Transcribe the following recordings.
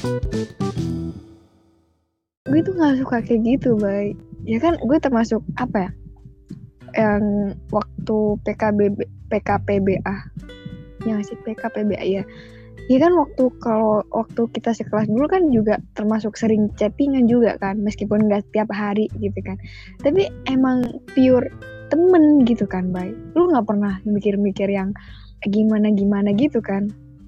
Gue tuh nggak suka kayak gitu, Bay. Ya kan gue termasuk apa ya? Yang waktu PKPBA, yang sih PKPBA ya. Ya kan waktu kita sekelas dulu kan juga termasuk sering chattingan juga kan, meskipun nggak tiap hari gitu kan. Tapi emang pure temen gitu kan, Bay. Lu nggak pernah mikir-mikir yang gimana gitu kan?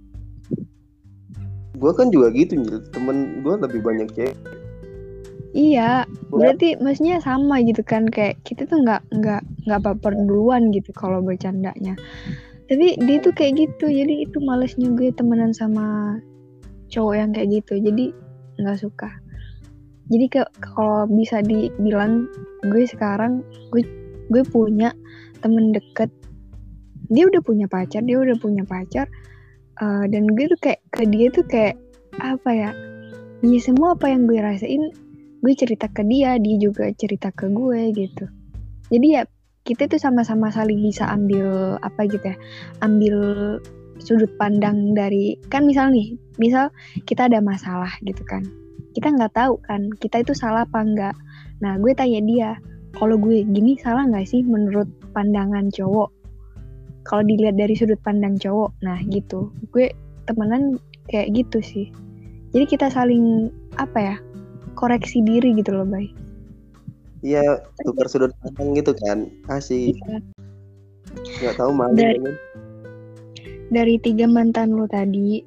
Gue kan juga gitu, temen gue lebih banyak cewek. Iya, berarti maksudnya sama gitu kan, kayak kita tuh nggak baper duluan gitu kalau bercandanya. Tapi dia tuh kayak gitu, jadi itu malesnya gue temenan sama cowok yang kayak gitu, jadi nggak suka. Jadi kalau bisa dibilang gue sekarang gue punya temen deket, dia udah punya pacar, dan gue tuh kayak ke dia tuh kayak apa ya? Ya semua apa yang gue rasain gue cerita ke dia juga cerita ke gue gitu. Jadi ya kita tuh sama-sama saling bisa ambil apa gitu ya, ambil sudut pandang dari, kan misal kita ada masalah gitu kan, kita nggak tahu kan kita itu salah apa enggak. Nah gue tanya dia, kalau gue gini salah nggak sih menurut pandangan cowok, kalau dilihat dari sudut pandang cowok. Nah gitu, gue temenan kayak gitu sih. Jadi kita saling apa ya, koreksi diri gitu loh, Bay. Iya, tukar sudut pandang gitu kan, asik. Iya. Nggak tahu malu kan. Dari 3 mantan lu tadi,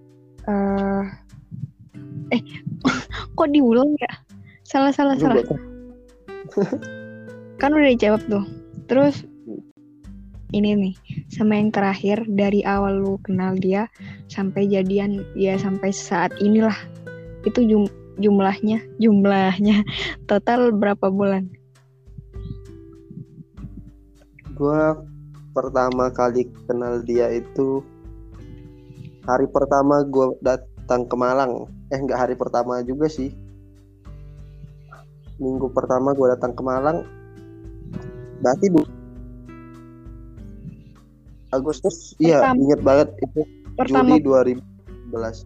kok diulang ya? Salah. Kan udah dijawab tuh. Terus ini nih, sama yang terakhir, dari awal lu kenal dia sampai jadian ya sampai saat inilah, itu jumlahnya total berapa bulan? Gue pertama kali kenal dia itu hari pertama gue datang ke Malang. Nggak hari pertama juga sih. Minggu pertama gue datang ke Malang. Berarti Agustus. Iya, inget banget itu. Juli 2011.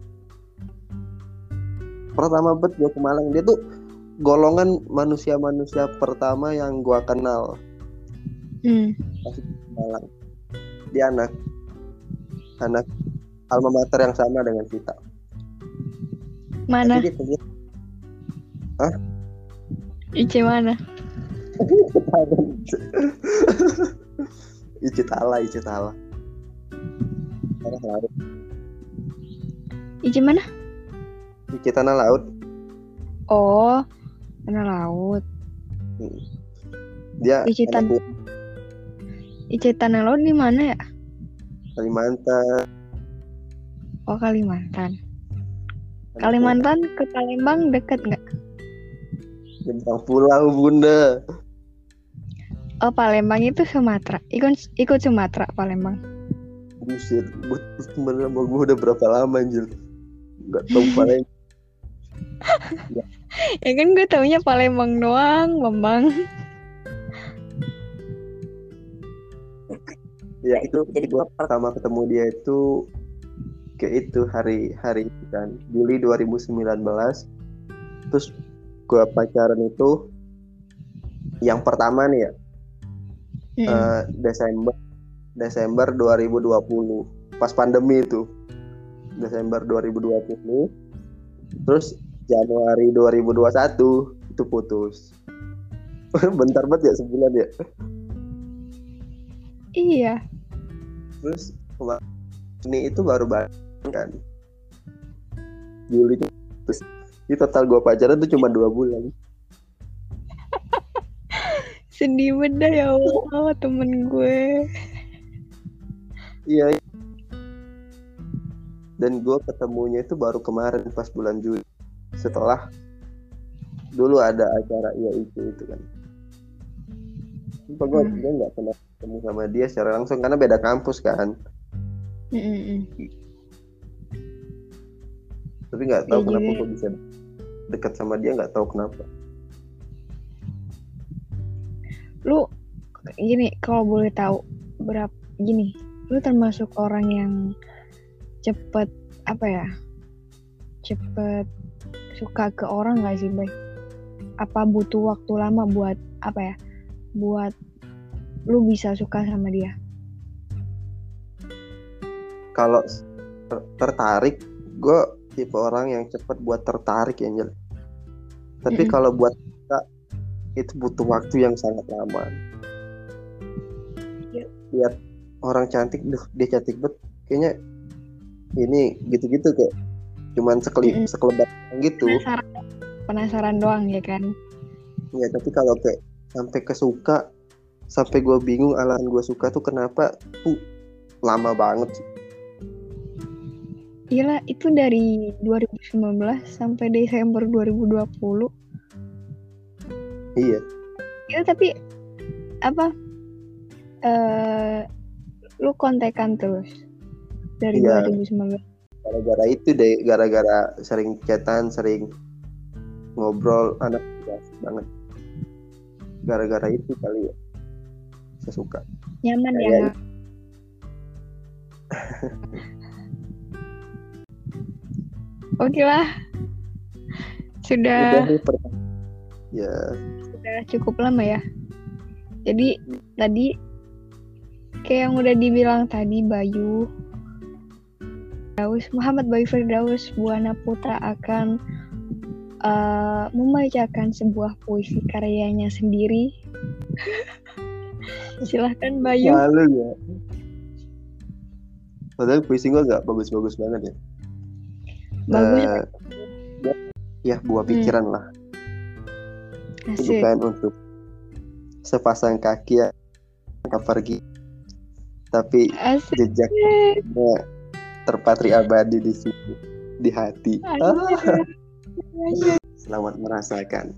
Pertama banget gue ke Malang. Dia tuh golongan manusia pertama yang gue kenal. Masih di Malang. Dia anak alma mater yang sama dengan kita. Mana? Hah? IC mana? IC Tala. Tanah Laut. IC mana? IC Tanah Laut. Oh, Tanah Laut. Dia IC Tanah Laut di mana ya? Kalimantan. Oh, Kalimantan. Kalimantan ke Palembang dekat nggak? Bintang Pulau, Bunda. Oh, Palembang itu Sumatera. Ikut Sumatera, Palembang. Buset, temen sama gue udah berapa lama anjir. Gak tau Palembang. Ya kan gue taunya Palembang doang, Bambang. Ya itu gue pertama ketemu dia itu kayak itu hari itu kan, Juli 2019. Terus gue pacaran itu yang pertama nih ya, Desember 2020, pas pandemi itu. Desember 2020. Terus Januari 2021 itu putus. Bentar banget ya, sebulan ya. Iya. Terus ini itu baru banget kan, Juli itu. Terus di total gue pacaran tuh cuma 2 bulan. Sedih beda ya Allah, temen gue. Iya. Dan gue ketemunya itu baru kemarin pas bulan Juli, setelah dulu ada acara itu kan. Gue nggak pernah ketemu sama dia secara langsung karena beda kampus kan. Tapi nggak tahu kenapa gue bisa dekat sama dia, nggak tahu kenapa. Lu gini, kalau boleh tahu lu termasuk orang yang cepet cepet suka ke orang gak sih, Bay? Apa butuh waktu lama buat apa ya? Buat lu bisa suka sama dia? Kalau tertarik, gue tipe orang yang cepet buat tertarik ya, Angel. Tapi kalau buat suka, itu butuh waktu yang sangat lama. Lihat orang cantik, dia cantik banget, kayaknya ini gitu-gitu kayak cuman sekelebat gitu. Penasaran doang ya kan? Ya, tapi kalau kayak sampai kesuka, sampai gue bingung alasan gue suka tuh kenapa, tuh lama banget sih. Gila, itu dari 2019 sampai Desember 2020. Iya. Itu tapi apa? Lu kontekan terus dari 2019. Gara-gara itu deh, gara-gara sering chatan, sering ngobrol, anak asik banget. Gara-gara itu kali ya, saya suka. Nyaman ya. Oke lah, sudah cukup lama ya. Jadi tadi kayak yang udah dibilang tadi, Muhammad Bayu Firdaus Buana Putra akan membacakan sebuah puisi karyanya sendiri. Silahkan Bayu. Malu ya. Padahal puisi gue gak bagus-bagus banget ya. Bagus. Ya buah pikiran lah. Asik. Bukan untuk sepasang kaki yang pergi, tapi jejaknya terpatri abadi di situ, di hati. Selamat merasakan.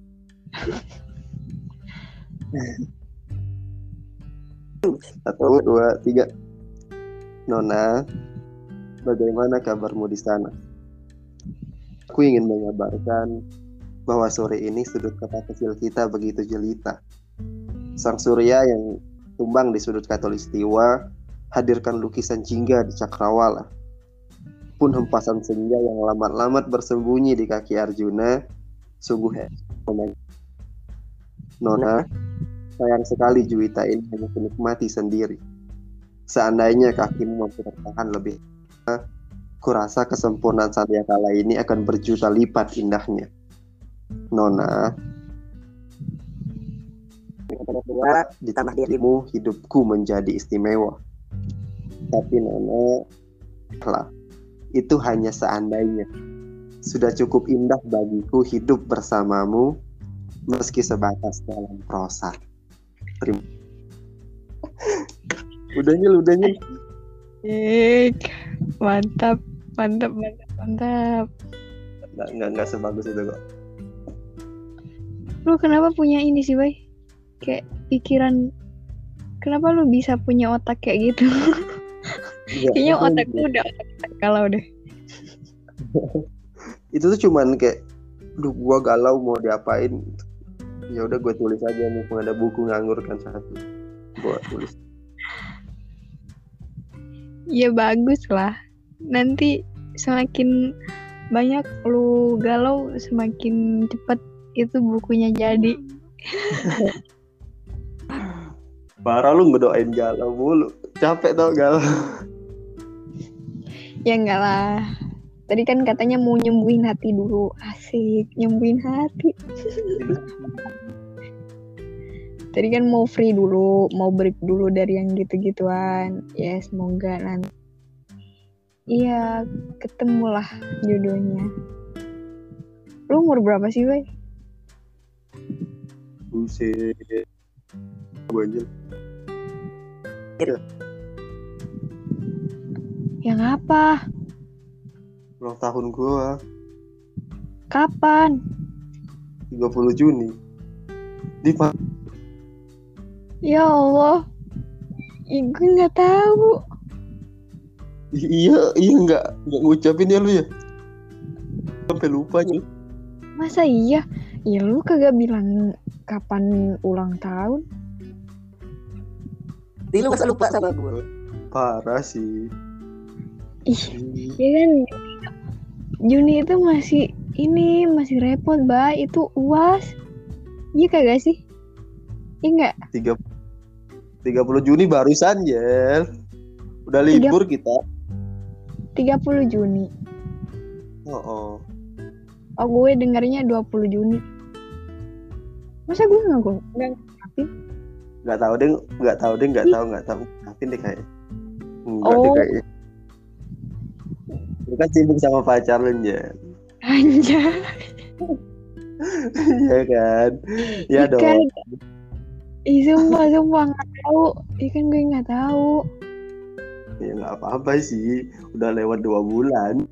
Satu, dua, tiga. Nona, bagaimana kabarmu di sana? Aku ingin mengabarkan bahwa sore ini sudut kota kecil kita begitu jelita. Sang surya yang tumbang di sudut khatulistiwa hadirkan lukisan jingga di cakrawala. Pun hempasan senja yang lamat-lamat bersembunyi di kaki Arjuna sungguh hebat. Nona, sayang sekali juwita ini hanya kunikmati sendiri. Seandainya kakimu mampu bertahan lebih lama, kurasa kesempurnaan Sadyakala ini akan berjuta lipat indahnya. Nona, di tanah dirimu hidupku menjadi istimewa. Tapi Nona, itu hanya seandainya. Sudah cukup indah bagiku hidup bersamamu, meski sebatas dalam prosa. Udah Nyil. Mantap. Nggak sebagus itu kok. Lu kenapa punya ini sih, Bay? Kayak pikiran, kenapa lu bisa punya otak kayak gitu? Kayaknya otak lu udah kalau deh. Itu tuh cuman kayak, gua galau mau diapain, ya udah gue tulis aja, mumpung ada buku nganggur kan satu, gua tulis. Ya bagus lah. Nanti semakin banyak lu galau, semakin cepat itu bukunya jadi. Parah lu ngedoain galau mulu. Capek tau galau. Ya enggak lah. Tadi kan katanya mau nyembuhin hati dulu. Asik, nyembuhin hati. Tadi kan mau free dulu, mau break dulu dari yang gitu-gituan. Ya semoga nanti. Iya, ketemulah jodohnya. Lu umur berapa sih, Bay? Buset. Gue aja. Yang apa? Ulang tahun gue. Kapan? 30 Juni. Ya Allah. Gue gak tahu. Iya nggak ngucapin ya lu ya. Sampai lupa nih. Masa iya? Ya lu kagak bilang kapan ulang tahun. Lu masa lupa sama gue? Parah sih. Ih, ya kan Juni itu masih repot, Mbak. Itu UAS. Iya kagak sih? Iya enggak? 30 Juni barusan ya. Udah libur kita. 30 Juni. Oh. Oh, gue dengarnya 20 Juni. Masa gue nggak ngapin? Nggak tahu deh. Ngapin deh kayaknya. Enggak deh Oh, kayaknya. Lu kan sibuk sama pacar lu ya. anjay. Iya kan? Iya Ikan, dong. sumpah nggak tahu. Ikan gue nggak tahu. Ya nggak apa-apa sih. Udah lewat 2 bulan.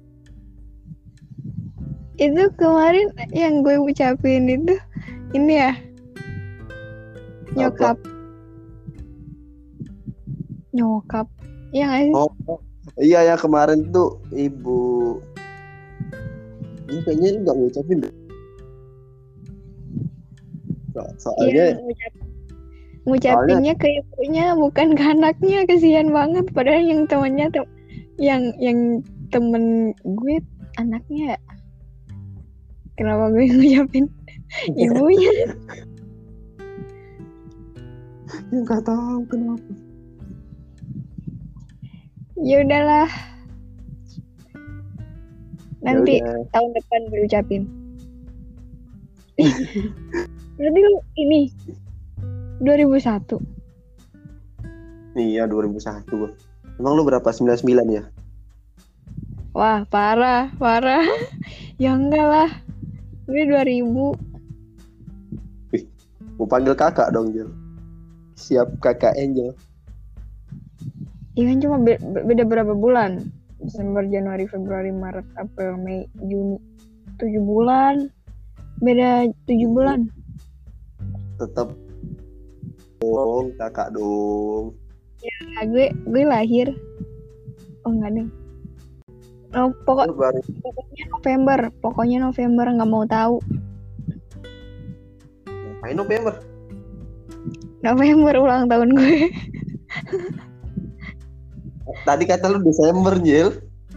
Itu kemarin yang gue ucapin itu, ini ya, nyokap. Iya nggak sih? Oh, iya ya kemarin tuh ibu. Ini kayaknya lu nggak ngucapin deh. Soalnya Ngucapinnya ke ibunya, bukan ke anaknya. Kasihan banget. Padahal yang temennya yang temen gue anaknya. Kenapa gue ngucapin ibunya? ya nggak tahu kenapa. Ya udahlah. Nanti Yaudah. tahun depan gue ucapin. Berarti lu ini 2001. Iya 2001. Emang lu berapa? 99 ya? Wah, parah. Ya enggak lah. Gue 2000. Wih, mau panggil kakak dong, Jel. Siap kakak Angel. Ya kan cuma beda berapa bulan? Desember, Januari, Februari, Maret, April, Mei, Juni. 7 bulan. Beda 7 bulan. Tetap dong, kakak dong. Ya, gue lahir. Oh enggak deh. Oh, pokoknya November nggak mau tahu. Ngapain November? November ulang tahun gue. Tadi kata lu Desember, Jel.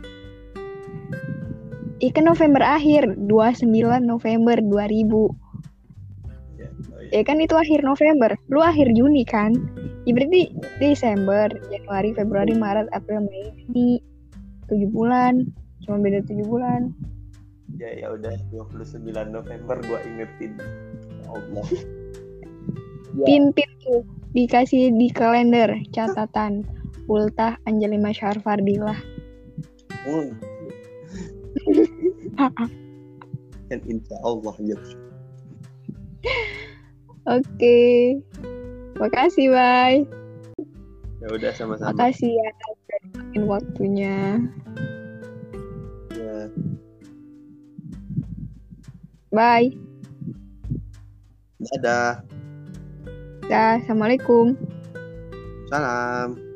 Ikan November akhir, 29 November 2000. Ya kan itu akhir November. Lu akhir Juni kan? Ya berarti Desember, Januari, Februari, Maret, April, Mei, Juni. 7 bulan. Cuma beda 7 bulan. Ya udah 29 November gua ingetin. Ya Allah. Pin tuh dikasih di kalender catatan. Ultah Angelina Syarfardilah. Dan insya Allah ya. Oke. Makasih, bye. Ya udah sama-sama. Makasih ya udah dipakai waktunya. Ya. Bye. Dadah. Dah, assalamualaikum. Salam.